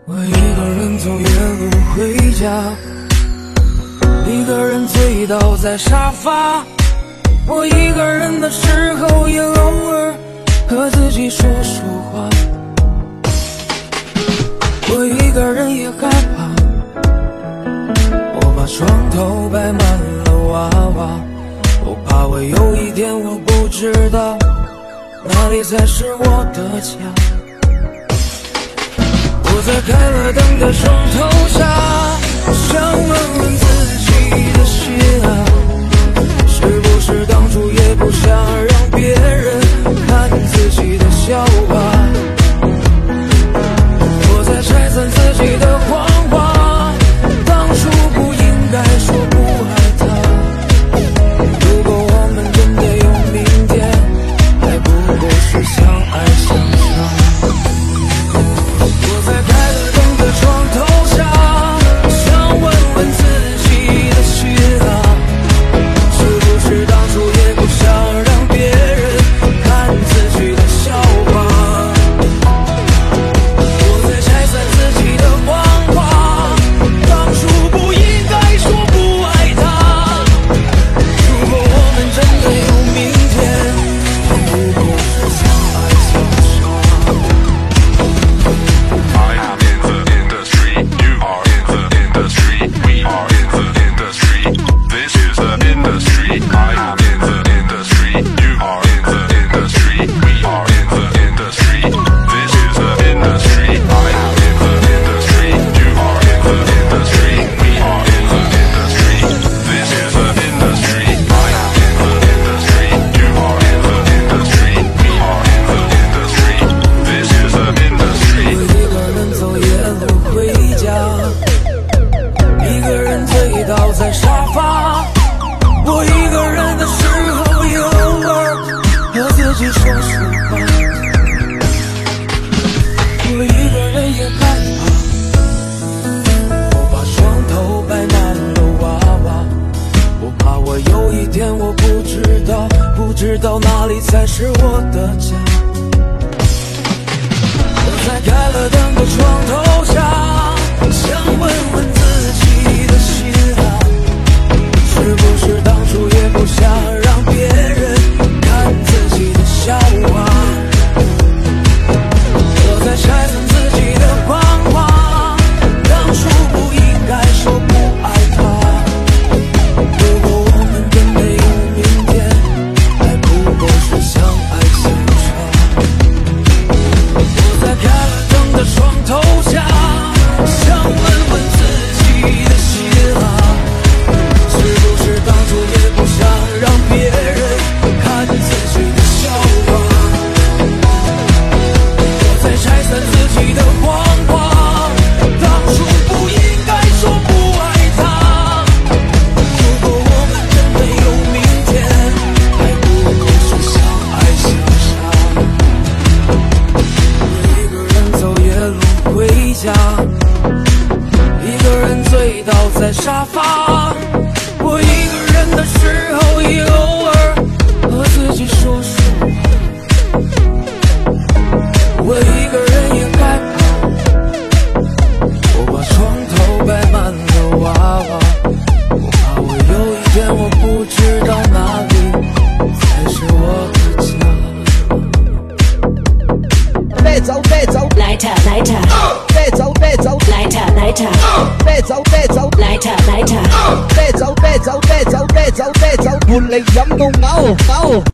我一个人走夜路回家，一个人醉倒在沙发。我一个人的时候也偶尔和自己说说话。我一个人也害怕，我把床头摆满了娃娃，我怕我有一天我不知道哪里才是我的家。我在开了灯的床头下，想问问自己的心啊，是不是当初也不想让别人看自己的笑话。我在拆散自己的谎话，当初不应该说不爱他。如果我们真的有明天，还不过是相爱相杀。我在开了灯的床头下，想问问自己的心啊，是不是当初也不想让别人看自己的笑话。我在拆散自己的谎话，当初不应该说不爱他。如果我们真的有明天，还不过是相爱相杀。 I am in the industry, you are in the industry, we are in the industry, this is the industry. I am in the industry, you are in the industry, we are in the industry, this is the industry. I am in the industry, you are in the industry, we are in the industry, this is the industry. I am in the industry, you are in the industry, we are in the industry, this is the industry. 我一个人走夜路回家，一个人醉倒在沙发。我一个人的时候也偶尔和自己说说话。我一个人也害怕，我把床头摆满了娃娃，我怕我有一天我不知道哪里才是我的家。我在开了灯的床头下，想问问自己的心啊，是不是当初也不想让别人看自己的笑话。我在拆散自己的谎话，当初不应该说不爱他。如果我们真的有明天，还不过是相爱相杀。我在开了灯的床头下，想问问自己的心啊，是不是当初也不想让别人看自己的笑话。我在拆散自己的谎话，当初不应该说不爱他。如果我们真的有明天，还不过是相爱相杀。我一个人走夜路回家，一个人醉倒在沙发。我一个人的时候也偶尔和自己说说话。我一个人也害怕，我把床头摆满了娃娃，我怕我有一天我不知道哪里才是我的家。 别走别走， 来他来他， 别走别走， 来他来他， 别走别走， 来他来他。 别走别走别走别走别走，換嚟飲到嘔嘔。